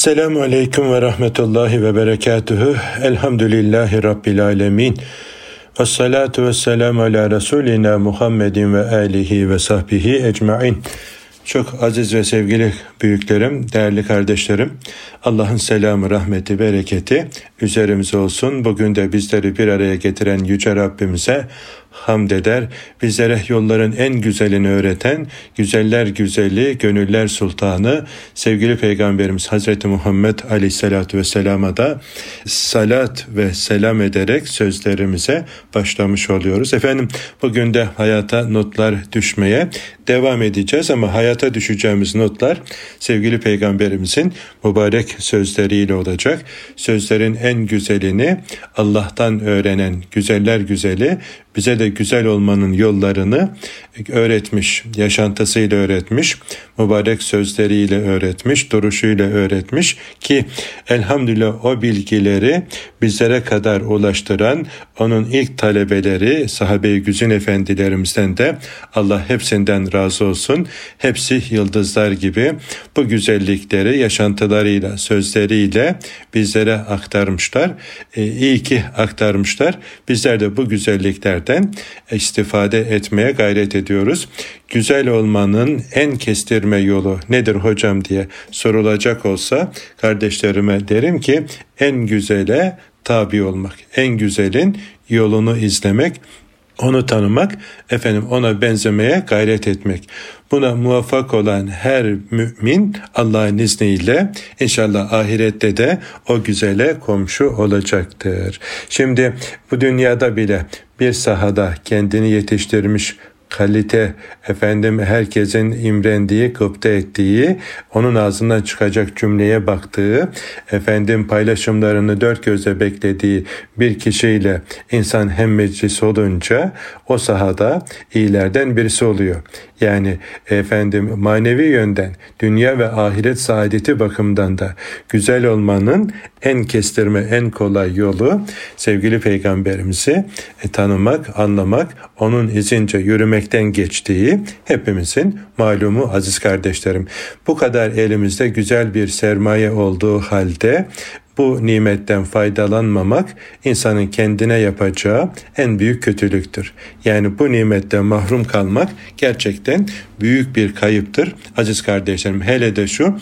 Esselamu Aleyküm ve Rahmetullahi ve Berekatuhu. Elhamdülillahi Rabbil Alemin. Vessalatu vesselamu ala Resulina Muhammedin ve alihi ve sahbihi ecmain. Çok aziz ve sevgili büyüklerim, değerli kardeşlerim, Allah'ın selamı, rahmeti, bereketi üzerimize olsun. Bugün de bizleri bir araya getiren Yüce Rabbimize hamd eder, bizlere yolların en güzelini öğreten, güzeller güzeli, gönüller sultanı, sevgili Peygamberimiz Hazreti Muhammed Aleyhisselatü Vesselam'a da salat ve selam ederek sözlerimize başlamış oluyoruz. Efendim, bugün de hayata notlar düşmeye devam edeceğiz ama hayata düşeceğimiz notlar sevgili Peygamberimizin mübarek sözleriyle olacak. Sözlerin en güzelini Allah'tan öğrenen güzeller güzeli bize de güzel olmanın yollarını öğretmiş, yaşantısıyla öğretmiş, mübarek sözleriyle öğretmiş, duruşuyla öğretmiş ki elhamdülillah o bilgileri bizlere kadar ulaştıran onun ilk talebeleri sahabe-i güzin efendilerimizden de Allah hepsinden razı olsun. Hepsi yıldızlar gibi bu güzellikleri yaşantılarıyla, sözleriyle bizlere aktarmışlar. İyi ki aktarmışlar. Bizler de bu güzelliklerden istifade etmeye gayret ediyoruz. Güzel olmanın en kestirme yolu nedir hocam diye sorulacak olsa kardeşlerime derim ki en güzele tabi olmak, en güzelin yolunu izlemek, onu tanımak, ona benzemeye gayret etmek. Buna muvaffak olan her mümin Allah'ın izniyle inşallah ahirette de o güzele komşu olacaktır. Şimdi bu dünyada bile bir sahada kendini yetiştirmiş kalite, herkesin imrendiği, gıpta ettiği, onun ağzından çıkacak cümleye baktığı, paylaşımlarını dört gözle beklediği bir kişiyle insan hem meclis olunca o sahada iyilerden birisi oluyor. Yani manevi yönden dünya ve ahiret saadeti bakımından da güzel olmanın en kestirme, en kolay yolu sevgili Peygamberimizi tanımak, anlamak, onun izince yürümekten geçtiği hepimizin malumu aziz kardeşlerim. Bu kadar elimizde güzel bir sermaye olduğu halde bu nimetten faydalanmamak insanın kendine yapacağı en büyük kötülüktür. Yani bu nimetten mahrum kalmak gerçekten büyük bir kayıptır. Aziz kardeşlerim, hele de şu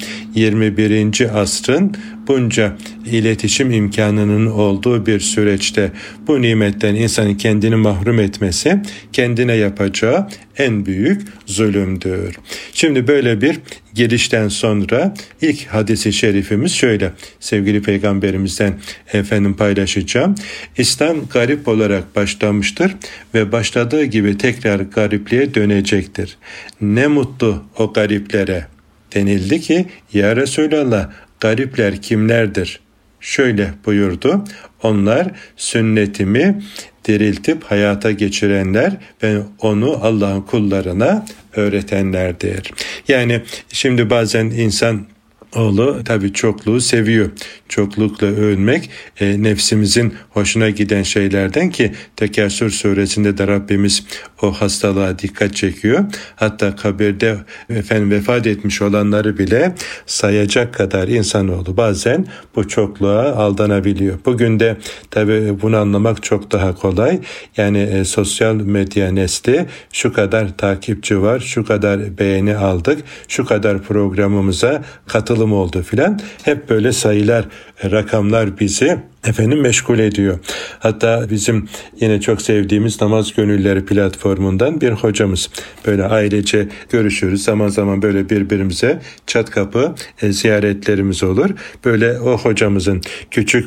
21. asrın bunca iletişim imkanının olduğu bir süreçte bu nimetten insanın kendini mahrum etmesi kendine yapacağı en büyük zulümdür. Şimdi böyle bir girişten sonra ilk hadis-i şerifimiz şöyle sevgili Peygamberimizden paylaşacağım. İslam garip olarak başlamıştır ve başladığı gibi tekrar garipliğe dönecektir. Ne mutlu o gariplere. Denildi ki ya Resulallah, garipler kimlerdir? Şöyle buyurdu. Onlar sünnetimi diriltip hayata geçirenler ve onu Allah'ın kullarına öğretenlerdir. Yani şimdi bazen insan oğlu tabii çokluğu seviyor. Çoklukla övünmek nefsimizin hoşuna giden şeylerden ki Tekasür suresinde de Rabbimiz o hastalığa dikkat çekiyor. Hatta kabirde vefat etmiş olanları bile sayacak kadar insanoğlu bazen bu çokluğa aldanabiliyor. Bugün de tabii bunu anlamak çok daha kolay. Yani sosyal medya nesli şu kadar takipçi var, şu kadar beğeni aldık, şu kadar programımıza katılım oldu filan. Hep böyle sayılar, rakamlar bizi meşgul ediyor. Hatta bizim yine çok sevdiğimiz Namaz Gönülleri platformundan bir hocamız, böyle ailece görüşürüz. Zaman zaman böyle birbirimize çat kapı ziyaretlerimiz olur. Böyle o hocamızın küçük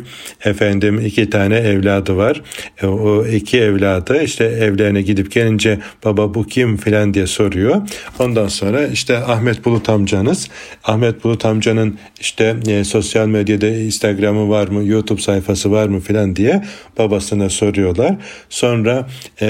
2 tane evladı var. O 2 evladı evlerine gidip gelince baba bu kim filan diye soruyor. Ondan sonra Ahmet Bulut amcanız. Ahmet Bulut amcanın sosyal medyada Instagram'ı var mı, YouTube sayfası sayfası var mı filan diye babasına soruyorlar. Sonra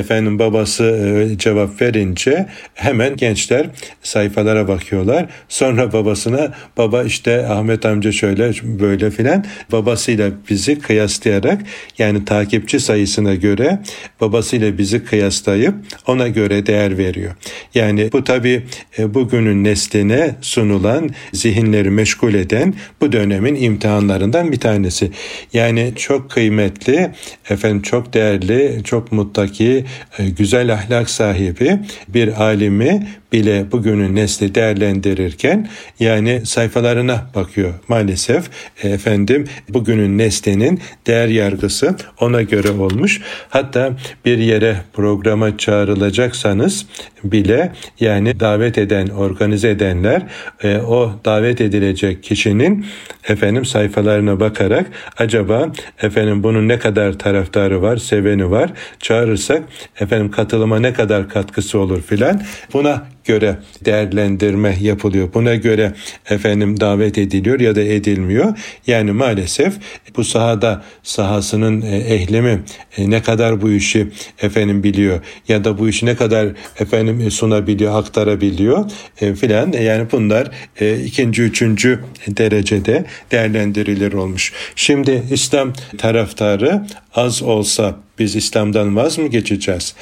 babası cevap verince hemen gençler sayfalara bakıyorlar. Sonra babasına, baba işte Ahmet amca şöyle böyle filan, babasıyla bizi kıyaslayarak, yani takipçi sayısına göre babasıyla bizi kıyaslayıp ona göre değer veriyor. Yani bu tabii bugünün nesline sunulan, zihinleri meşgul eden bu dönemin imtihanlarından bir tanesi. Yani çok kıymetli, çok değerli, çok muttaki, güzel ahlak sahibi bir alimi bile bugünün nesli değerlendirirken yani sayfalarına bakıyor. Maalesef bugünün neslinin değer yargısı ona göre olmuş. Hatta bir yere, programa çağrılacaksanız bile yani davet eden, organize edenler o davet edilecek kişinin sayfalarına bakarak acaba bunun ne kadar taraftarı var, seveni var, çağırırsak katılıma ne kadar katkısı olur filan, buna göre değerlendirme yapılıyor. Buna göre davet ediliyor ya da edilmiyor. Yani maalesef bu sahasının ehli mi, ne kadar bu işi biliyor ya da bu işi ne kadar sunabiliyor, aktarabiliyor filan. Yani bunlar ikinci, üçüncü derecede değerlendirilir olmuş. Şimdi İslam taraftarı az olsa biz İslam'dan vaz mı geçeceğiz?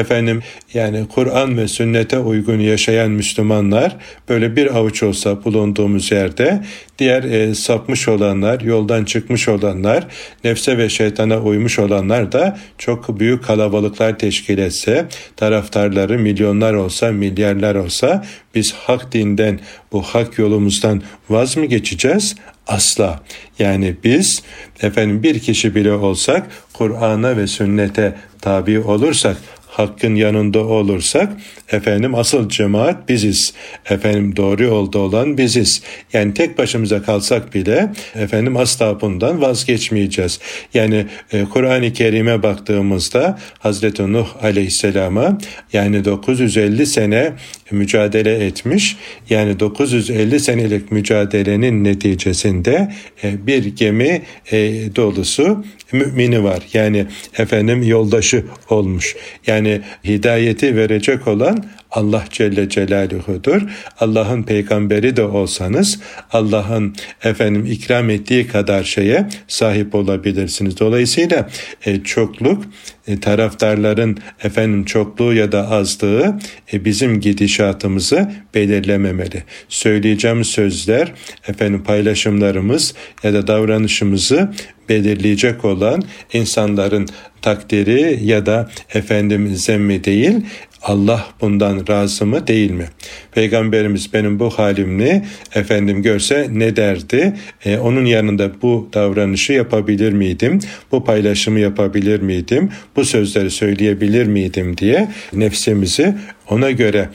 Yani Kur'an ve sünnete uygun yaşayan Müslümanlar böyle bir avuç olsa bulunduğumuz yerde, diğer sapmış olanlar, yoldan çıkmış olanlar, nefse ve şeytana uymuş olanlar da çok büyük kalabalıklar teşkil etse, taraftarları milyonlar olsa, milyarlar olsa, biz hak dinden, bu hak yolumuzdan vaz mı geçeceğiz? Asla. Yani biz bir kişi bile olsak, Kur'an'a ve sünnete tabi olursak, hakkın yanında olursak asıl cemaat biziz. Doğru yolda olan biziz. Yani tek başımıza kalsak bile asla bundan vazgeçmeyeceğiz. Yani Kur'an-ı Kerim'e baktığımızda Hazreti Nuh Aleyhisselam'a yani 950 sene mücadele etmiş. Yani 950 senelik mücadelenin neticesinde bir gemi dolusu mümini var. Yani yoldaşı olmuş. Yani hidayeti verecek olan Allah Celle Celaluhu'dur. Allah'ın peygamberi de olsanız Allah'ın ikram ettiği kadar şeye sahip olabilirsiniz. Dolayısıyla çokluk, taraftarların çokluğu ya da azlığı bizim gidişatımızı belirlememeli. Söyleyeceğim sözler, paylaşımlarımız ya da davranışımızı belirleyecek olan insanların takdiri ya da zemmi değil, Allah bundan razı mı değil mi? Peygamberimiz benim bu halimni görse ne derdi? Onun yanında bu davranışı yapabilir miydim? Bu paylaşımı yapabilir miydim? Bu sözleri söyleyebilir miydim diye nefsimizi ona göre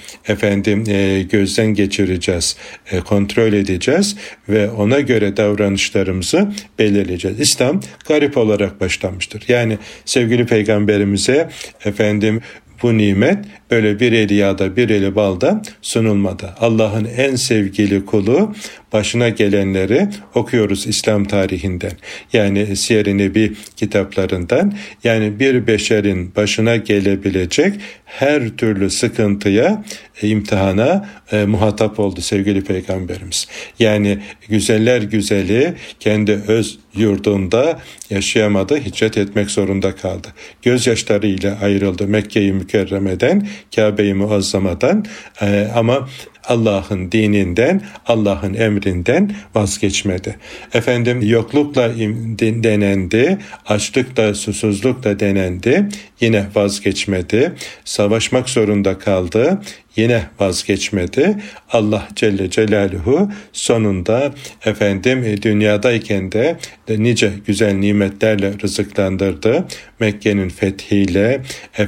gözden geçireceğiz, kontrol edeceğiz ve ona göre davranışlarımızı belirleyeceğiz. İslam garip olarak başlamıştır. Yani sevgili Peygamberimize bu nimet böyle bir eli yağda bir eli balda sunulmadı. Allah'ın en sevgili kulu, başına gelenleri okuyoruz İslam tarihinden. Yani Siyer-i Nebi kitaplarından. Yani bir beşerin başına gelebilecek her türlü sıkıntıya, imtihana muhatap oldu sevgili Peygamberimiz. Yani güzeller güzeli kendi öz yurdunda yaşayamadı, hicret etmek zorunda kaldı. Gözyaşlarıyla ayrıldı Mekke-i Mükerreme'den, Kabe-i Muazzama'dan ama Allah'ın dininden, Allah'ın emrinden vazgeçmedi. Yoklukla denendi, açlıkla, susuzlukla denendi, yine vazgeçmedi. Savaşmak zorunda kaldı, yine vazgeçmedi. Allah Celle Celaluhu sonunda dünyadayken de nice güzel nimetlerle rızıklandırdı. Mekke'nin fethiyle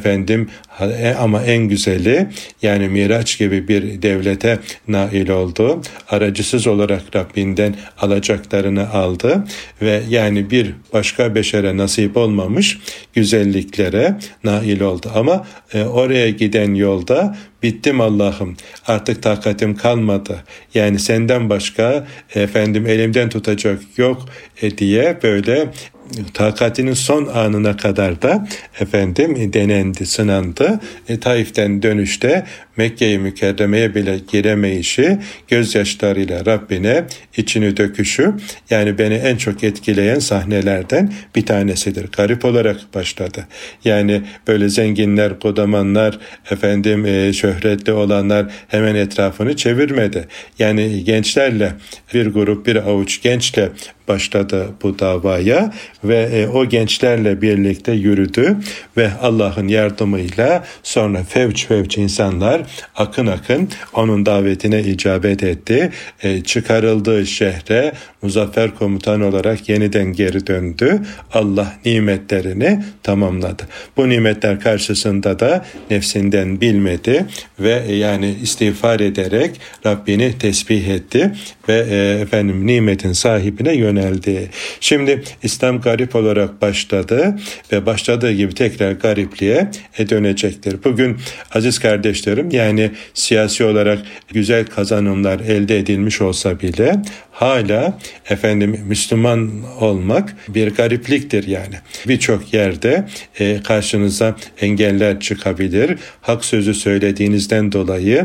ama en güzeli yani Miraç gibi bir devlete nail oldu. Aracısız olarak Rabbinden alacaklarını aldı ve yani bir başka beşere nasip olmamış güzelliklere nail oldu. Ama oraya giden yolda bittim Allah'ım, artık takatim kalmadı. Yani senden başka elimden tutacak yok diye böyle takatinin son anına kadar da denendi, sınandı. Taif'ten dönüşte Mekke-i Mükerreme'ye bile giremeyişi, gözyaşlarıyla Rabbine içini döküşü, yani beni en çok etkileyen sahnelerden bir tanesidir. Garip olarak başladı. Yani böyle zenginler, kodamanlar, şöhretli olanlar hemen etrafını çevirmedi. Yani gençlerle, bir grup, bir avuç gençle başladı bu davaya ve o gençlerle birlikte yürüdü ve Allah'ın yardımıyla sonra fevç insanlar akın akın onun davetine icabet etti. Çıkarıldığı şehre muzaffer komutan olarak yeniden geri döndü. Allah nimetlerini tamamladı. Bu nimetler karşısında da nefsinden bilmedi ve yani istiğfar ederek Rabbini tesbih etti ve nimetin sahibine yöneldi. Şimdi İslam garip olarak başladı ve başladığı gibi tekrar garipliğe dönecektir. Bugün aziz kardeşlerim, yani siyasi olarak güzel kazanımlar elde edilmiş olsa bile hala Müslüman olmak bir garipliktir yani. Birçok yerde karşınıza engeller çıkabilir. Hak sözü söylediğinizden dolayı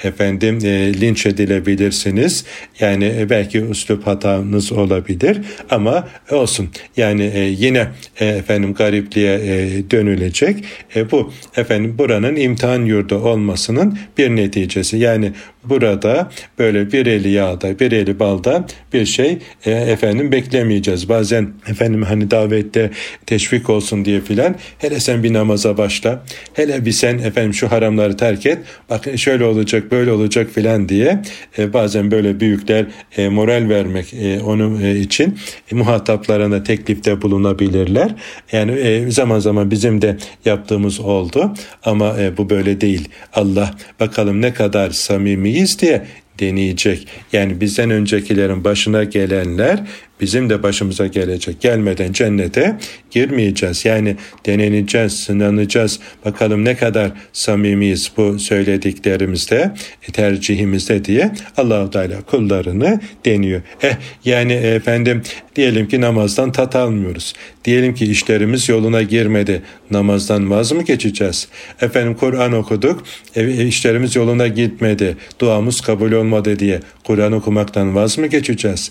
linç edilebilirsiniz. Yani belki üslup hatanız olabilir ama olsun. Yani yine garipliğe dönülecek. Bu buranın imtihan yurdu olmasının bir neticesi. Yani burada böyle bir eli yağda, bir eli balda bir şey beklemeyeceğiz. Bazen davette teşvik olsun diye filan, hele sen bir namaza başla, hele bir sen şu haramları terk et, bak şöyle olacak, böyle olacak filan diye bazen böyle büyükler moral vermek onun için muhataplarına teklifte bulunabilirler. Yani zaman zaman bizim de yaptığımız oldu ama bu böyle değil. Allah bakalım ne kadar samimiyiz diye deneyecek. Yani bizden öncekilerin başına gelenler bizim de başımıza gelecek. Gelmeden cennete girmeyeceğiz. Yani deneneceğiz, sınanacağız. Bakalım ne kadar samimiyiz bu söylediklerimizde, tercihimizde diye Allah-u Teala kullarını deniyor. Yani diyelim ki namazdan tat almıyoruz. Diyelim ki işlerimiz yoluna girmedi. Namazdan vaz mı geçeceğiz? Kur'an okuduk, işlerimiz yoluna gitmedi. Duamız kabul olmadı diye Kur'an okumaktan vaz mı geçeceğiz?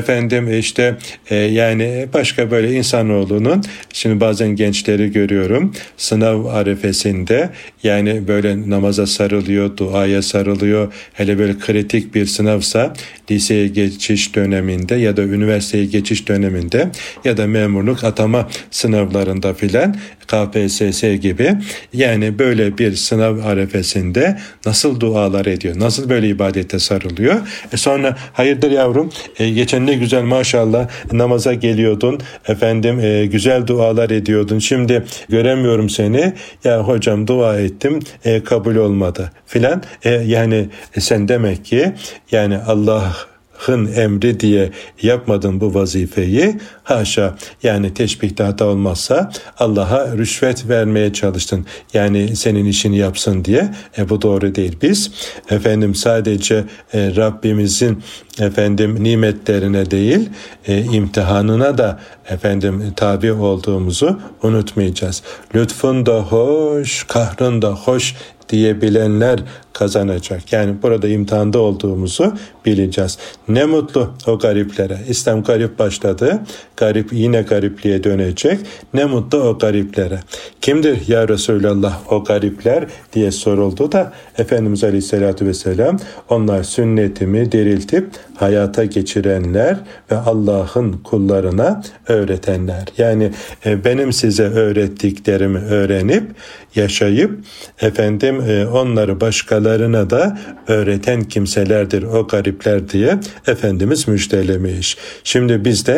Yani başka böyle insanoğlunun, şimdi bazen gençleri görüyorum sınav arifesinde, yani böyle namaza sarılıyor, duaya sarılıyor. Hele böyle kritik bir sınavsa, liseye geçiş döneminde ya da üniversiteye geçiş döneminde ya da memurluk atama sınavlarında filan, KPSS gibi, yani böyle bir sınav arifesinde nasıl dualar ediyor, nasıl böyle ibadete sarılıyor. Sonra hayırdır yavrum, geçen ne güzel maşallah namaza geliyordun, güzel dualar ediyordun, şimdi göremiyorum seni, ya hocam dua ettim kabul olmadı filan. Yani sen demek ki yani Allah'ın emri diye yapmadın bu vazifeyi, haşa, yani teşbihte hata olmazsa Allah'a rüşvet vermeye çalıştın, yani senin işini yapsın diye. Bu doğru değil. Biz sadece Rabbimizin nimetlerine değil, imtihanına da tabi olduğumuzu unutmayacağız. Lütfun da hoş, kahrın da hoş diyebilenler kazanacak. Yani burada imtihanda olduğumuzu bileceğiz. Ne mutlu o gariplere. İslam garip başladı. Garip yine garipliğe dönecek. Ne mutlu o gariplere. Kimdir ya Resulallah o garipler diye soruldu da Efendimiz Aleyhisselatü Vesselam, onlar sünnetimi diriltip hayata geçirenler ve Allah'ın kullarına öğretenler. Yani benim size öğrettiklerimi öğrenip yaşayıp onları başkalarına da öğreten kimselerdir o garipler diye Efendimiz müjdelemiş. Şimdi biz de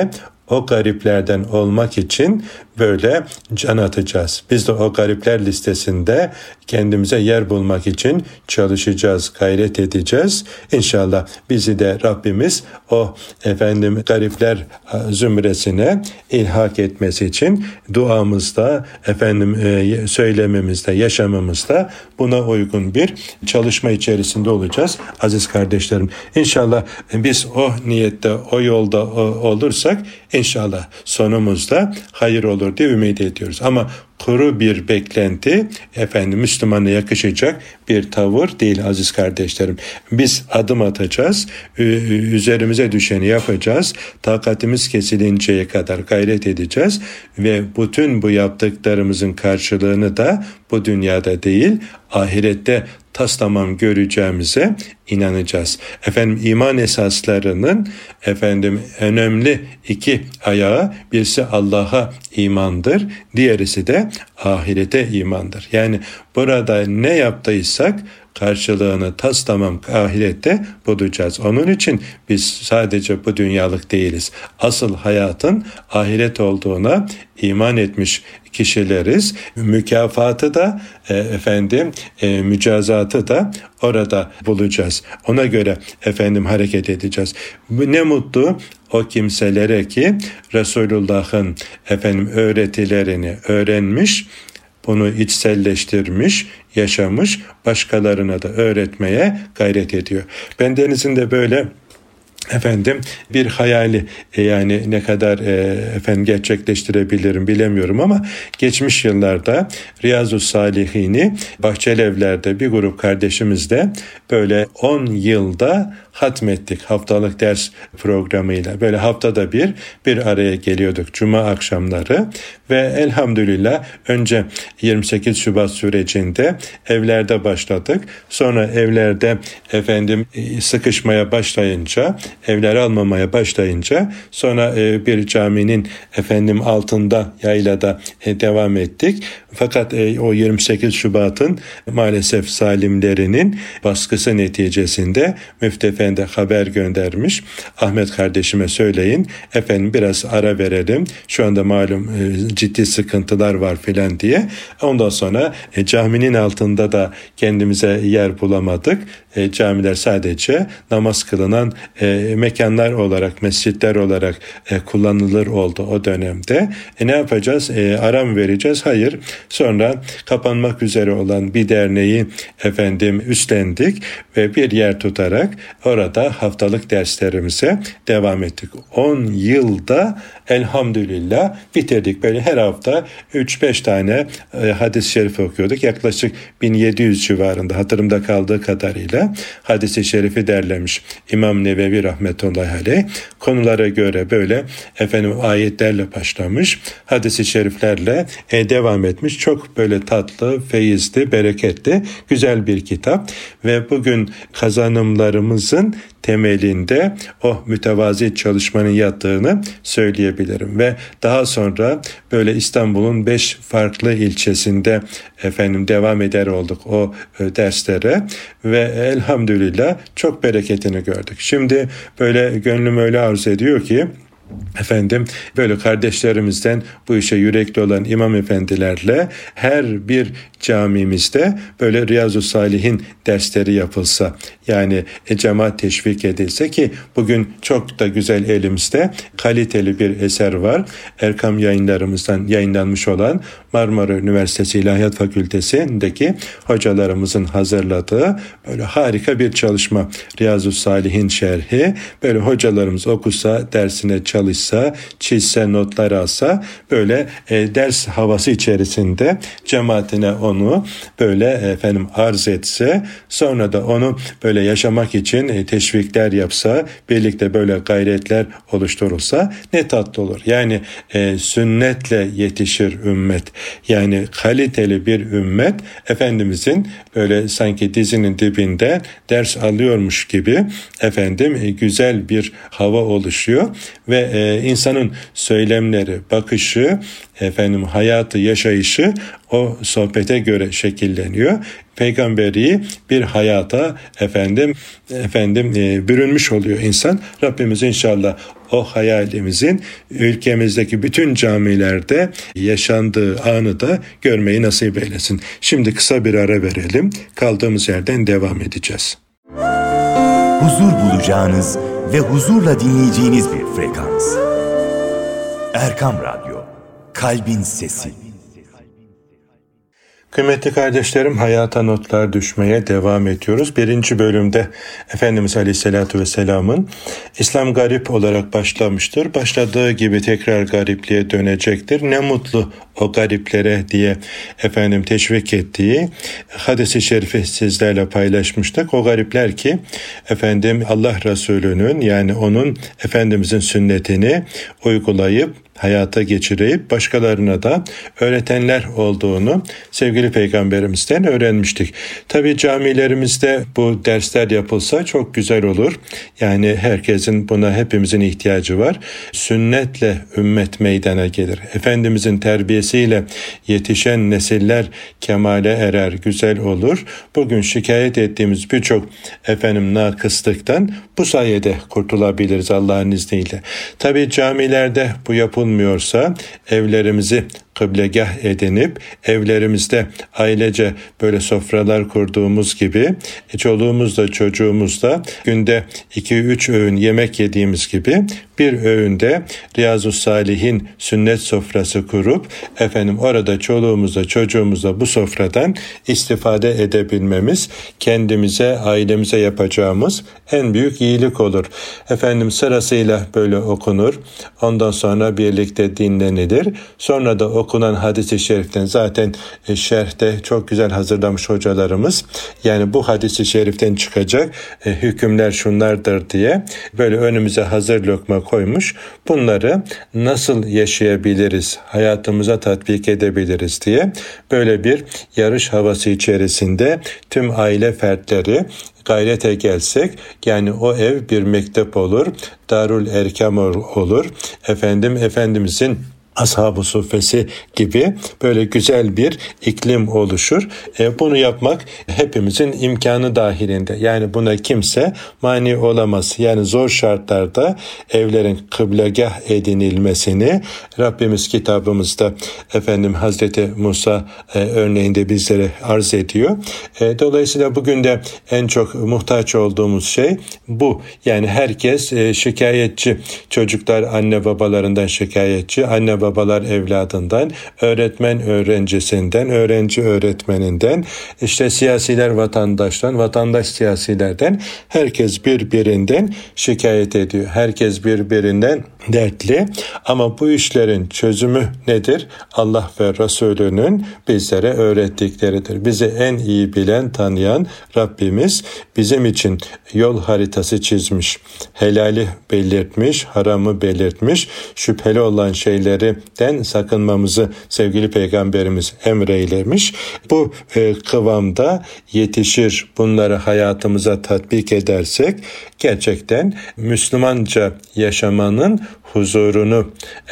o gariplerden olmak için böyle can atacağız. Biz de o garipler listesinde kendimize yer bulmak için çalışacağız, gayret edeceğiz. İnşallah bizi de Rabbimiz o garipler zümresine ilhak etmesi için duamızda, söylememizde, yaşamamızda buna uygun bir çalışma içerisinde olacağız aziz kardeşlerim. İnşallah biz o niyette, o yolda olursak inşallah sonumuzda hayır olur diye ümit ediyoruz. Ama kuru bir beklenti Müslümana yakışacak bir tavır değil aziz kardeşlerim. Biz adım atacağız, üzerimize düşeni yapacağız, takatimiz kesilinceye kadar gayret edeceğiz ve bütün bu yaptıklarımızın karşılığını da bu dünyada değil, ahirette taslamam göreceğimize inanacağız. İman esaslarının önemli iki ayağı, birisi Allah'a imandır, diğerisi de ahirete imandır. Yani burada ne yaptıysak karşılığını taslamam ahirette bulacağız. Onun için biz sadece bu dünyalık değiliz. Asıl hayatın ahiret olduğuna iman etmiş kişileriz. Mükafatı da mücazatı da orada bulacağız. Ona göre hareket edeceğiz. Ne mutlu o kimselere ki Resulullah'ın öğretilerini öğrenmiş, bunu içselleştirmiş, yaşamış, başkalarına da öğretmeye gayret ediyor. Bendenizin de böyle bir hayali, yani ne kadar gerçekleştirebilirim bilemiyorum ama geçmiş yıllarda Riyazu Salihini Bahçelievler'de bir grup kardeşimizle böyle 10 yılda hatmettik haftalık ders programıyla. Böyle haftada bir araya geliyorduk cuma akşamları ve elhamdülillah önce 28 Şubat sürecinde evlerde başladık. Sonra evlerde sıkışmaya başlayınca, evleri almamaya başlayınca sonra bir caminin altında, yaylada devam ettik. Fakat o 28 Şubat'ın maalesef zalimlerinin baskısı neticesinde Müftü Efendi haber göndermiş. Ahmet kardeşime söyleyin, biraz ara verelim. Şu anda malum ciddi sıkıntılar var filan diye. Ondan sonra caminin altında da kendimize yer bulamadık. Camiler sadece namaz kılınan mekanlar olarak, mescitler olarak kullanılır oldu o dönemde. Ne yapacağız? Ara mı vereceğiz? Hayır. Sonra kapanmak üzere olan bir derneği üstlendik ve bir yer tutarak orada haftalık derslerimize devam ettik. 10 yılda elhamdülillah bitirdik. Böyle her hafta 3-5 tane hadis-i şerif okuyorduk. Yaklaşık 1700 civarında hatırımda kaldığı kadarıyla hadis-i şerifi derlemiş İmam Nevevi rahmetullahi aleyh. Konulara göre böyle ayetlerle başlamış, hadis-i şeriflerle devam etmiş. Çok böyle tatlı, feyizli, bereketli, güzel bir kitap ve bugün kazanımlarımızın temelinde o mütevazi çalışmanın yattığını söyleyebilirim. Ve daha sonra böyle İstanbul'un 5 farklı ilçesinde devam eder olduk o derslere ve elhamdülillah çok bereketini gördük. Şimdi böyle gönlüm öyle arzu ediyor ki böyle kardeşlerimizden bu işe yürekli olan imam efendilerle her bir camimizde böyle Riyazu Salihin dersleri yapılsa, yani cemaat teşvik edilse ki bugün çok da güzel elimizde kaliteli bir eser var. Erkam yayınlarımızdan yayınlanmış olan Marmara Üniversitesi İlahiyat Fakültesi'ndeki hocalarımızın hazırladığı böyle harika bir çalışma. Riyazu Salihin şerhi, böyle hocalarımız okusa, dersine çalışsa, çizse, notlar alsa, böyle ders havası içerisinde cemaatine onu böyle arz etse, sonra da onu böyle yaşamak için teşvikler yapsa, birlikte böyle gayretler oluşturulsa ne tatlı olur. Yani sünnetle yetişir ümmet. Yani kaliteli bir ümmet Efendimizin böyle sanki dizinin dibinde ders alıyormuş gibi güzel bir hava oluşuyor ve insanın söylemleri, bakışı, hayatı, yaşayışı o sohbete göre şekilleniyor. Peygamberi bir hayata bürünmüş oluyor insan. Rabbimiz inşallah o hayalimizin ülkemizdeki bütün camilerde yaşandığı anı da görmeyi nasip eylesin. Şimdi kısa bir ara verelim. Kaldığımız yerden devam edeceğiz. Huzur bulacağınız ve huzurla dinleyeceğiniz bir frekans. Erkam Radyo, Kalbin Sesi. Kıymetli kardeşlerim, hayata notlar düşmeye devam ediyoruz. 1. bölümde Efendimiz Aleyhisselatü Vesselam'ın İslam garip olarak başlamıştır. Başladığı gibi tekrar garipliğe dönecektir. Ne mutlu o gariplere diye teşvik ettiği hadis-i şerifi sizlerle paylaşmıştık. O garipler ki Allah Resulü'nün, yani onun Efendimizin sünnetini uygulayıp hayata geçirip başkalarına da öğretenler olduğunu sevgili Peygamberimizden öğrenmiştik. Tabii camilerimizde bu dersler yapılsa çok güzel olur. Yani herkesin buna, hepimizin ihtiyacı var. Sünnetle ümmet meydana gelir. Efendimizin terbiyesiyle yetişen nesiller kemale erer, güzel olur. Bugün şikayet ettiğimiz birçok nakıslıktan bu sayede kurtulabiliriz Allah'ın izniyle. Tabii camilerde bu yapılmıyorsa evlerimizi kıblegah edinip evlerimizde ailece böyle sofralar kurduğumuz gibi çoluğumuzla çocuğumuzla günde 2-3 öğün yemek yediğimiz gibi bir öğünde Riyazu's-Salihin sünnet sofrası kurup orada çoluğumuzla çocuğumuzla bu sofradan istifade edebilmemiz kendimize, ailemize yapacağımız en büyük iyilik olur. Sırasıyla böyle okunur. Ondan sonra birlikte dinlenilir. Sonra da okunan hadis-i şeriften zaten şerhte çok güzel hazırlamış hocalarımız. Yani bu hadis-i şeriften çıkacak hükümler şunlardır diye böyle önümüze hazır lokma koymuş. Bunları nasıl yaşayabiliriz, hayatımıza tatbik edebiliriz diye böyle bir yarış havası içerisinde tüm aile fertleri gayrete gelsek, yani o ev bir mektep olur, Darul Erkam olur. Efendimizin Ashab-ı Suffesi gibi böyle güzel bir iklim oluşur. Bunu yapmak hepimizin imkanı dahilinde. Yani buna kimse mani olamaz. Yani zor şartlarda evlerin kıblegah edinilmesini Rabbimiz kitabımızda Hazreti Musa örneğinde bizlere arz ediyor. Dolayısıyla bugün de en çok muhtaç olduğumuz şey bu. Yani herkes şikayetçi. Çocuklar anne babalarından şikayetçi. Anne babalar evladından, öğretmen öğrencisinden, öğrenci öğretmeninden, siyasiler vatandaştan, vatandaş siyasilerden, herkes birbirinden şikayet ediyor. Herkes birbirinden dertli. Ama bu işlerin çözümü nedir? Allah ve Resulünün bizlere öğrettikleridir. Bizi en iyi bilen, tanıyan Rabbimiz bizim için yol haritası çizmiş. Helali belirtmiş, haramı belirtmiş, şüpheli olan şeylerden sakınmamızı sevgili Peygamberimiz emreylemiş. Bu kıvamda yetişir, bunları hayatımıza tatbik edersek gerçekten Müslümanca yaşamanın huzurunu,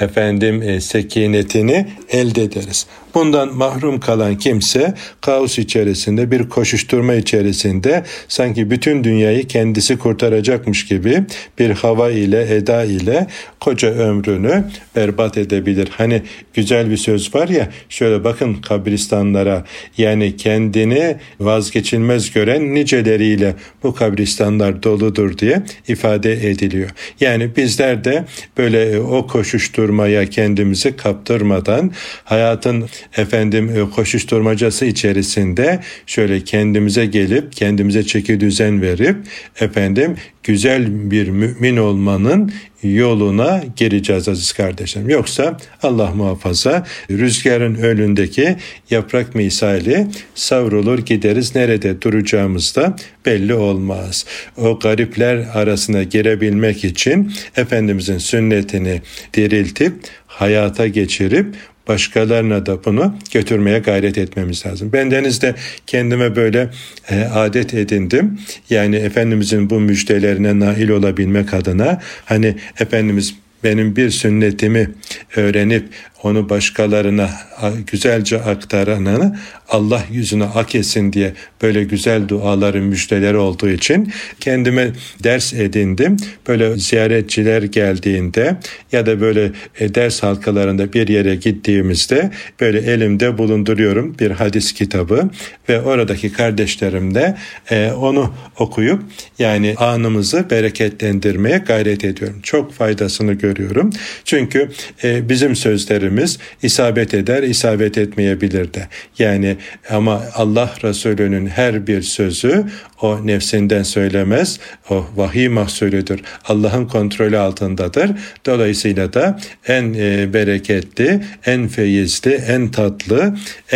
sekinetini elde ederiz. Bundan mahrum kalan kimse kaos içerisinde, bir koşuşturma içerisinde sanki bütün dünyayı kendisi kurtaracakmış gibi bir hava ile, eda ile koca ömrünü berbat edebilir. Hani güzel bir söz var ya, şöyle bakın kabristanlara, yani kendini vazgeçilmez gören niceleriyle bu kabristanlar doludur diye ifade ediliyor. Yani bizler de böyle o koşuşturmaya kendimizi kaptırmadan hayatın koşuşturmacası içerisinde şöyle kendimize gelip kendimize çeki düzen verip güzel bir mümin olmanın yoluna gireceğiz aziz kardeşlerim. Yoksa Allah muhafaza rüzgarın önündeki yaprak misali savrulur gideriz, nerede duracağımız da belli olmaz. O garipler arasına girebilmek için Efendimizin sünnetini diriltip hayata geçirip başkalarına da bunu götürmeye gayret etmemiz lazım. Bendeniz de kendime böyle adet edindim. Yani Efendimizin bu müjdelerine nail olabilmek adına Efendimiz benim bir sünnetimi öğrenip onu başkalarına güzelce aktaranı Allah yüzüne ak etsin diye böyle güzel duaların müjdeleri olduğu için kendime ders edindim. Böyle ziyaretçiler geldiğinde ya da böyle ders halkalarında bir yere gittiğimizde böyle elimde bulunduruyorum bir hadis kitabı ve oradaki kardeşlerim de onu okuyup yani anımızı bereketlendirmeye gayret ediyorum. Çok faydasını görüyorum. Çünkü bizim sözlerimiz isabet eder, isabet etmeyebilir de. Yani ama Allah Resulü'nün her bir sözü o nefsinden söylemez, o vahiy mahsulüdür. Allah'ın kontrolü altındadır. Dolayısıyla da en bereketli, en feyizli, en tatlı,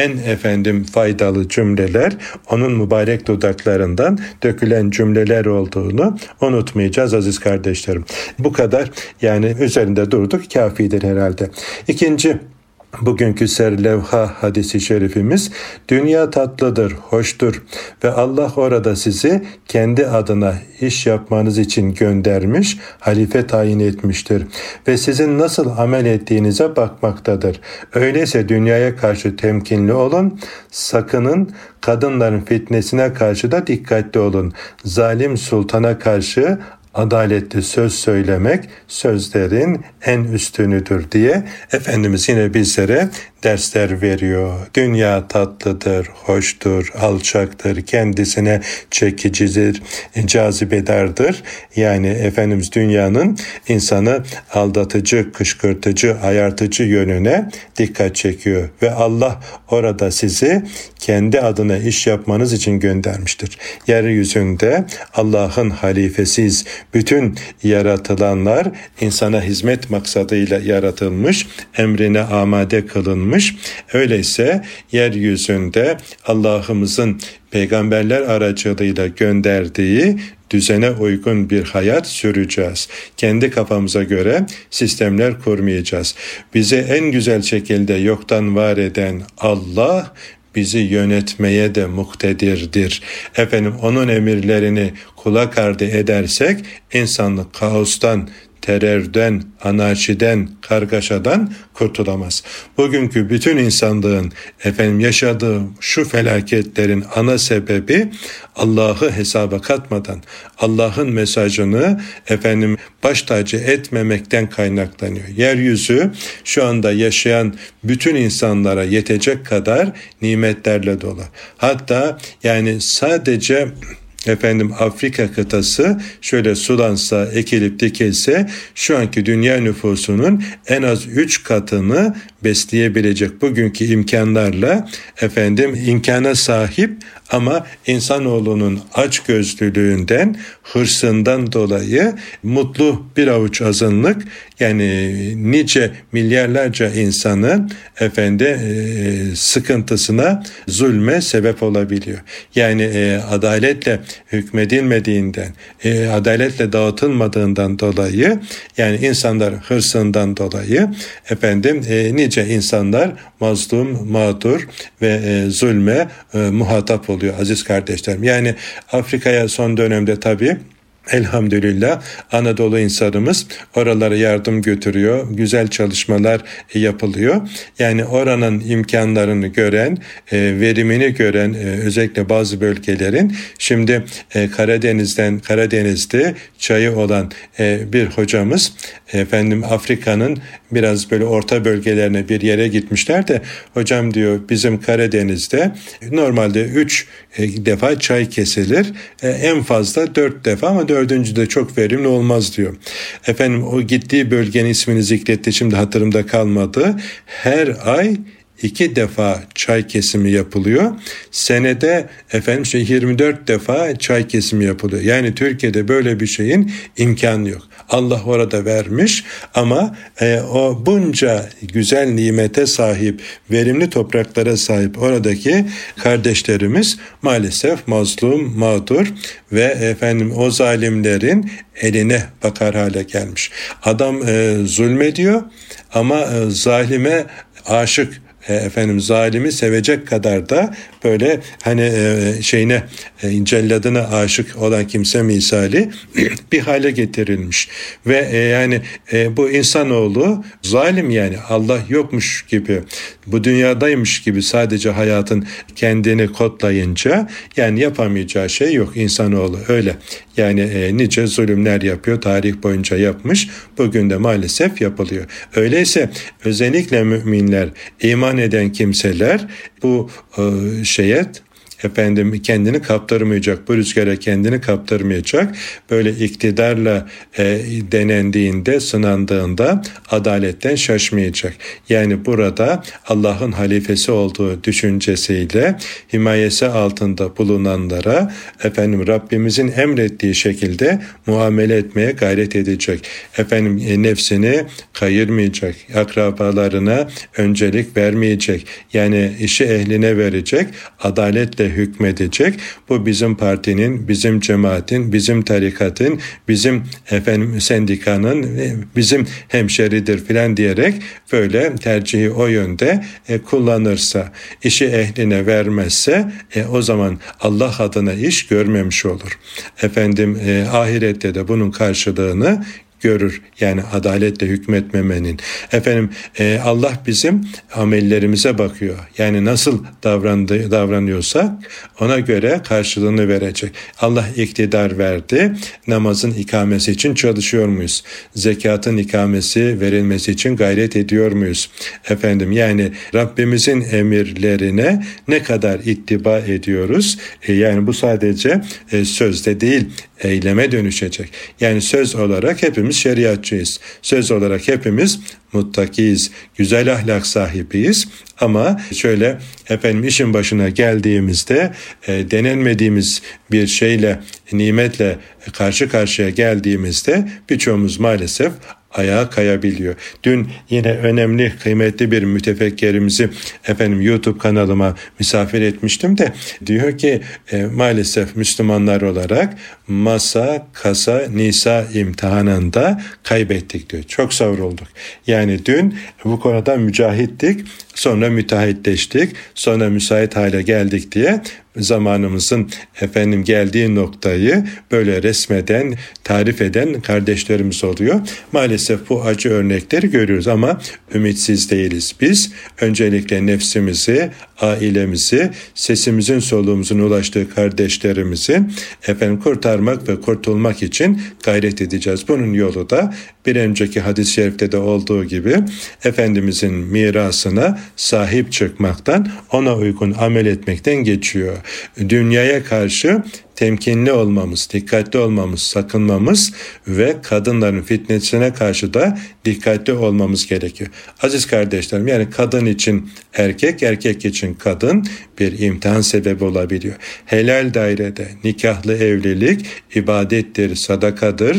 en faydalı cümleler onun mübarek dudaklarından dökülen cümleler olduğunu unutmayacağız aziz kardeşlerim. Bu kadar yani üzerinde durduk kafidir herhalde. İkinci bugünkü serlevha hadisi şerifimiz, dünya tatlıdır, hoştur ve Allah orada sizi kendi adına iş yapmanız için göndermiş, halife tayin etmiştir ve sizin nasıl amel ettiğinize bakmaktadır. Öyleyse dünyaya karşı temkinli olun, sakının, kadınların fitnesine karşı da dikkatli olun. Zalim sultana karşı adaletli söz söylemek sözlerin en üstünüdür diye Efendimiz yine bizlere dersler veriyor. Dünya tatlıdır, hoştur, alçaktır, kendisine çekicidir, cazibedardır. Yani Efendimiz dünyanın insanı aldatıcı, kışkırtıcı, ayartıcı yönüne dikkat çekiyor. Ve Allah orada sizi kendi adına iş yapmanız için göndermiştir. Yeryüzünde Allah'ın halifesiz bütün yaratılanlar insana hizmet maksadıyla yaratılmış, emrine amade kılınmış. Öyleyse yeryüzünde Allah'ımızın peygamberler aracılığıyla gönderdiği düzene uygun bir hayat süreceğiz. Kendi kafamıza göre sistemler kurmayacağız. Bizi en güzel şekilde yoktan var eden Allah bizi yönetmeye de muktedirdir. Onun emirlerini kulak ardı edersek insanlık kaostan, terörden, anarşiden, kargaşadan kurtulamaz. Bugünkü bütün insanlığın yaşadığı şu felaketlerin ana sebebi Allah'ı hesaba katmadan, Allah'ın mesajını baş tacı etmemekten kaynaklanıyor. Yeryüzü şu anda yaşayan bütün insanlara yetecek kadar nimetlerle dolu. Hatta sadece Afrika kıtası şöyle sulansa, ekilip dikilse şu anki dünya nüfusunun en az 3 katını besleyebilecek bugünkü imkanlarla imkana sahip ama insanoğlunun açgözlülüğünden, hırsından dolayı mutlu bir avuç azınlık nice milyarlarca insanın sıkıntısına, zulme sebep olabiliyor. Adaletle hükmedilmediğinden, adaletle dağıtılmadığından dolayı insanlar hırsından dolayı nice insanlar mazlum, mağdur ve zulme muhatap oluyor aziz kardeşlerim. Afrika'ya son dönemde tabii elhamdülillah Anadolu insanımız oralara yardım götürüyor. Güzel çalışmalar yapılıyor. Oranın imkanlarını gören, verimini gören özellikle bazı bölgelerin şimdi Karadeniz'de çayı olan bir hocamız Afrika'nın biraz böyle orta bölgelerine bir yere gitmişler de hocam diyor bizim Karadeniz'de normalde 3 defa çay kesilir. En fazla 4 defa ama 4. de çok verimli olmaz diyor. O gittiği bölgenin ismini zikretti, şimdi hatırımda kalmadı. Her ay 2 defa çay kesimi yapılıyor. Senede 24 defa çay kesimi yapılıyor. Türkiye'de böyle bir şeyin imkanı yok. Allah orada vermiş ama o bunca güzel nimete sahip, verimli topraklara sahip oradaki kardeşlerimiz maalesef mazlum, mağdur ve o zalimlerin eline bakar hale gelmiş. Adam zulmediyor ama zalime aşık zalimi sevecek kadar da böyle hani celladına aşık olan kimse misali bir hale getirilmiş. Ve yani bu insanoğlu zalim, yani Allah yokmuş gibi, bu dünyadaymış gibi sadece hayatın kendini kodlayınca yani yapamayacağı şey yok. İnsanoğlu öyle. Yani nice zulümler yapıyor, tarih boyunca yapmış. Bugün de maalesef yapılıyor. Öyleyse özellikle müminler, iman eden kimseler bu kendini kaptırmayacak, bu rüzgara kendini kaptırmayacak. Böyle iktidarla denendiğinde, sınandığında adaletten şaşmayacak. Yani burada Allah'ın halifesi olduğu düşüncesiyle himayesi altında bulunanlara Rabbimizin emrettiği şekilde muamele etmeye gayret edecek. Nefsini kayırmayacak, akrabalarına öncelik vermeyecek. Yani işi ehline verecek, adaletle hükmedecek. Bu bizim partinin, bizim cemaatin, bizim tarikatın, bizim sendikanın, bizim hemşeridir filan diyerek böyle tercihi o yönde kullanırsa, işi ehline vermezse o zaman Allah adına iş görmemiş olur. Ahirette de bunun karşılığını görür. Yani adaletle hükmetmemenin. Allah bizim amellerimize bakıyor. Yani nasıl davranıyorsak ona göre karşılığını verecek. Allah iktidar verdi. Namazın ikamesi için çalışıyor muyuz? Zekatın ikamesi verilmesi için gayret ediyor muyuz? Yani Rabbimizin emirlerine ne kadar ittiba ediyoruz? Yani bu sadece sözde değil, eyleme dönüşecek. Yani söz olarak hepimiz şeriatçıyız. Söz olarak hepimiz muttakiyiz, güzel ahlak sahibiyiz. Ama şöyle işin başına geldiğimizde denenmediğimiz bir şeyle, nimetle karşı karşıya geldiğimizde birçoğumuz maalesef ayağa kayabiliyor. Dün yine önemli, kıymetli bir mütefekkirimizi YouTube kanalıma misafir etmiştim de diyor ki maalesef Müslümanlar olarak masa, kasa, nisa imtihanında kaybettik diyor. Çok savrulduk. Yani dün bu konuda mücahittik, sonra müteahhitleştik, sonra müsait hale geldik diye zamanımızın geldiği noktayı böyle resmeden, tarif eden kardeşlerimiz oluyor. Maalesef bu acı örnekleri görüyoruz ama ümitsiz değiliz. Biz öncelikle nefsimizi, ailemizi, sesimizin soluğumuzun ulaştığı kardeşlerimizi kurtarmak ve kurtulmak için gayret edeceğiz. Bunun yolu da bir önceki hadis-i şerifte de olduğu gibi Efendimizin mirasına sahip çıkmaktan, ona uygun amel etmekten geçiyor. Dünyaya karşı temkinli olmamız, dikkatli olmamız, sakınmamız ve kadınların fitnesine karşı da dikkatli olmamız gerekiyor. Aziz kardeşlerim, yani kadın için erkek, erkek için kadın bir imtihan sebebi olabiliyor. Helal dairede nikahlı evlilik ibadettir, sadakadır.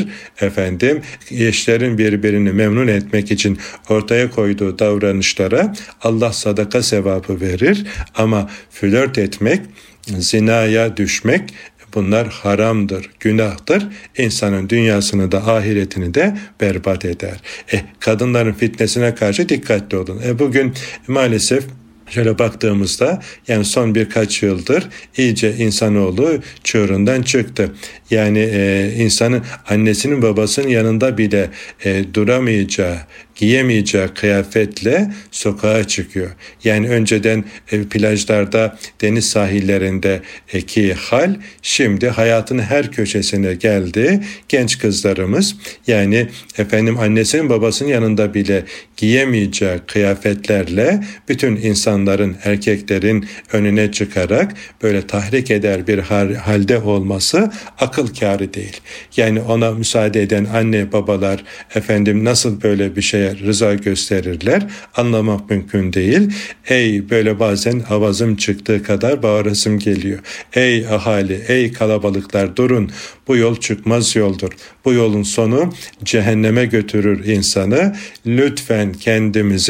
Eşlerin birbirini memnun etmek için ortaya koyduğu davranışlara Allah sadaka sevabı verir. Ama flört etmek, zinaya düşmek, bunlar haramdır, günahtır. İnsanın dünyasını da ahiretini de berbat eder. Kadınların fitnesine karşı dikkatli olun. Bugün maalesef şöyle baktığımızda yani son birkaç yıldır iyice insanoğlu çığırından çıktı. Yani insanın annesinin babasının yanında bile duramayacağı, giyemeyeceği kıyafetle sokağa çıkıyor. Yani önceden plajlarda, deniz sahillerindeki hal şimdi hayatın her köşesine geldi. Genç kızlarımız yani annesinin babasının yanında bile giyemeyeceği kıyafetlerle bütün insanların, erkeklerin önüne çıkarak böyle tahrik eder bir halde olması akıl kârı değil. Yani ona müsaade eden anne babalar nasıl böyle bir şeye rıza gösterirler, anlamak mümkün değil. Böyle bazen avazım çıktığı kadar bağırasım geliyor. Ey ahali, ey kalabalıklar, durun. Bu yol çıkmaz yoldur. Bu yolun sonu cehenneme götürür insanı. Lütfen kendimizi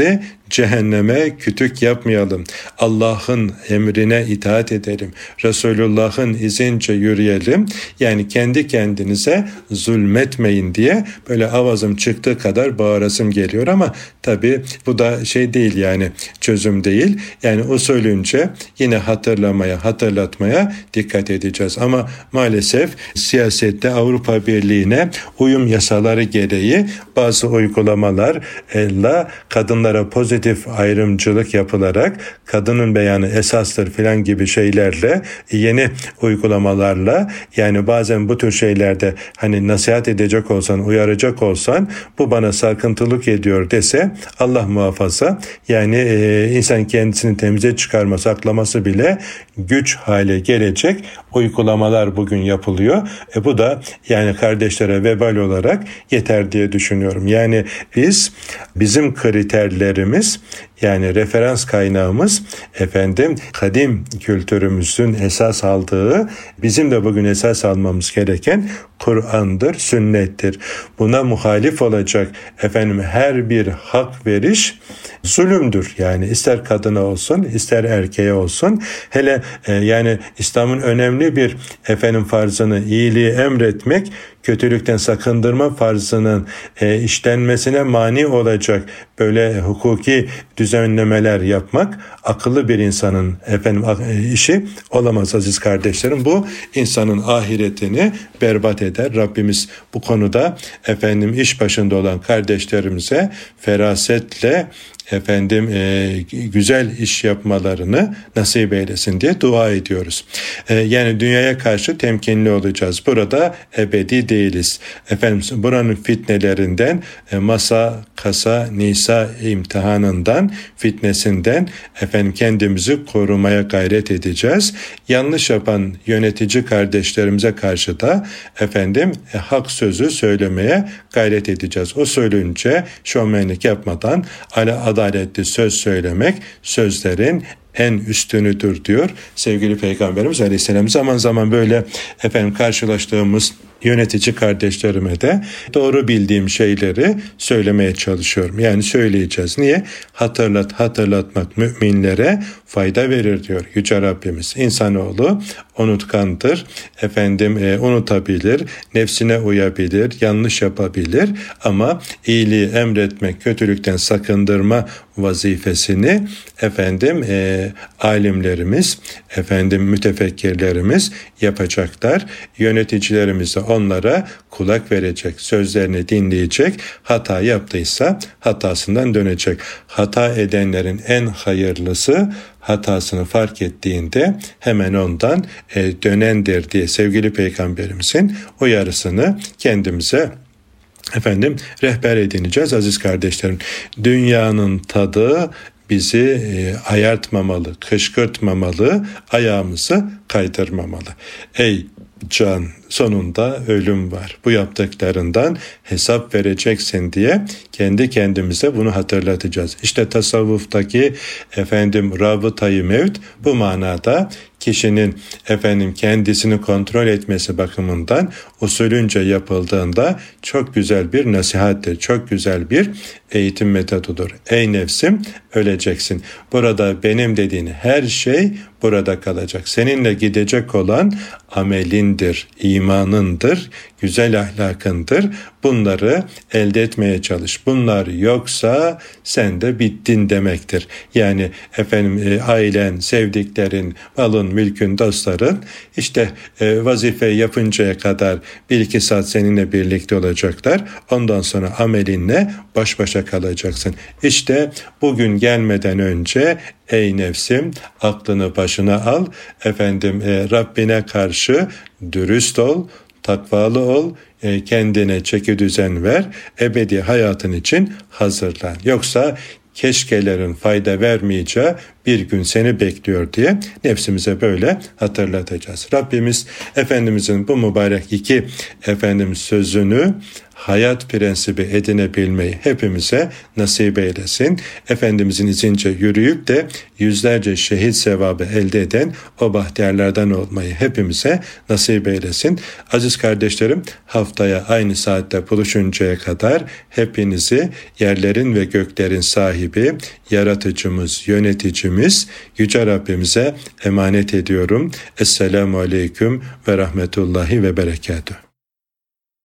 cehenneme kütük yapmayalım. Allah'ın emrine itaat edelim. Resulullah'ın izince yürüyelim. Yani kendi kendinize zulmetmeyin diye böyle avazım çıktığı kadar bağırasım geliyor ama tabii bu da değil yani çözüm değil. Yani usulünce yine hatırlatmaya dikkat edeceğiz. Ama maalesef siyasette Avrupa Birliği'ne uyum yasaları gereği bazı uygulamalarla kadınlara pozitif ayrımcılık yapılarak kadının beyanı esastır filan gibi şeylerle yeni uygulamalarla yani bazen bu tür şeylerde hani nasihat edecek olsan, uyaracak olsan bu bana sarkıntılık ediyor dese Allah muhafaza yani insan kendisini temize çıkarması, aklaması bile güç hale gelecek uygulamalar bugün yapılıyor. Bu da yani kardeşlere vebal olarak yeter diye düşünüyorum. Yani bizim kriterlerimiz yani referans kaynağımız kadim kültürümüzün esas aldığı, bizim de bugün esas almamız gereken Kur'an'dır, sünnettir. Buna muhalif olacak her bir hak veriş zulümdür. Yani ister kadına olsun, ister erkeğe olsun. Hele yani İslam'ın önemli bir farzını, iyiliği emretmek, kötülükten sakındırma farzının işlenmesine mani olacak böyle hukuki düzenlemeler yapmak akıllı bir insanın işi olamaz aziz kardeşlerim. Bu insanın ahiretini berbat eder. Rabbimiz bu konuda iş başında olan kardeşlerimize ferasetle güzel iş yapmalarını nasip eylesin diye dua ediyoruz. Yani dünyaya karşı temkinli olacağız. Burada ebedi değiliz. Buranın fitnelerinden, masa, kasa, nisa imtihanından, fitnesinden kendimizi korumaya gayret edeceğiz. Yanlış yapan yönetici kardeşlerimize karşı da hak sözü söylemeye gayret edeceğiz. O söyleyince şovmenlik yapmadan adaletli söz söylemek sözlerin en üstünüdür diyor sevgili Peygamberimiz Aleyhisselam. Zaman zaman böyle karşılaştığımız yönetici kardeşlerime de doğru bildiğim şeyleri söylemeye çalışıyorum. Yani söyleyeceğiz. Niye? Hatırlatmak müminlere fayda verir diyor Yüce Rabbimiz. İnsanoğlu unutkandır. Unutabilir, nefsine uyabilir, yanlış yapabilir ama iyiliği emretmek, kötülükten sakındırma vazifesini alimlerimiz, mütefekkirlerimiz yapacaklar. Yöneticilerimiz de onlara kulak verecek, sözlerini dinleyecek. Hata yaptıysa hatasından dönecek. Hata edenlerin en hayırlısı hatasını fark ettiğinde hemen ondan dönendir diye sevgili Peygamberimizin uyarısını kendimize rehber edineceğiz aziz kardeşlerim. Dünyanın tadı bizi ayartmamalı, kışkırtmamalı, ayağımızı kaydırmamalı. Ey can, sonunda ölüm var. Bu yaptıklarından hesap vereceksin diye kendi kendimize bunu hatırlatacağız. İşte tasavvuftaki rabıtayı mevt bu manada kişinin kendisini kontrol etmesi bakımından usulünce yapıldığında çok güzel bir nasihattir, çok güzel bir eğitim metodudur. Ey nefsim, öleceksin. Burada benim dediğin her şey burada kalacak. Seninle gidecek olan amelindir, imanındır, güzel ahlakındır. Bunları elde etmeye çalış. Bunlar yoksa sen de bittin demektir. Yani ailen, sevdiklerin, malın, mülkün, dostların vazife yapıncaya kadar 1-2 saat seninle birlikte olacaklar. Ondan sonra amelinle baş başa kalacaksın. İşte bugün gelmeden önce ey nefsim aklını başına al. Rabbine karşı dürüst ol, takvalı ol, kendine çeki düzen ver, ebedi hayatın için hazırlan. Yoksa keşkelerin fayda vermeyeceği bir gün seni bekliyor diye nefsimize böyle hatırlatacağız. Rabbimiz Efendimizin bu mübarek iki sözünü hayat prensibi edinebilmeyi hepimize nasip eylesin. Efendimizin izince yürüyüp de yüzlerce şehit sevabı elde eden o bahtiyarlardan olmayı hepimize nasip eylesin. Aziz kardeşlerim, haftaya aynı saatte buluşuncaya kadar hepinizi yerlerin ve göklerin sahibi, yaratıcımız, yöneticimiz Yüce Rabbimize emanet ediyorum. Esselamu Aleyküm ve Rahmetullahi ve Berekatuhu.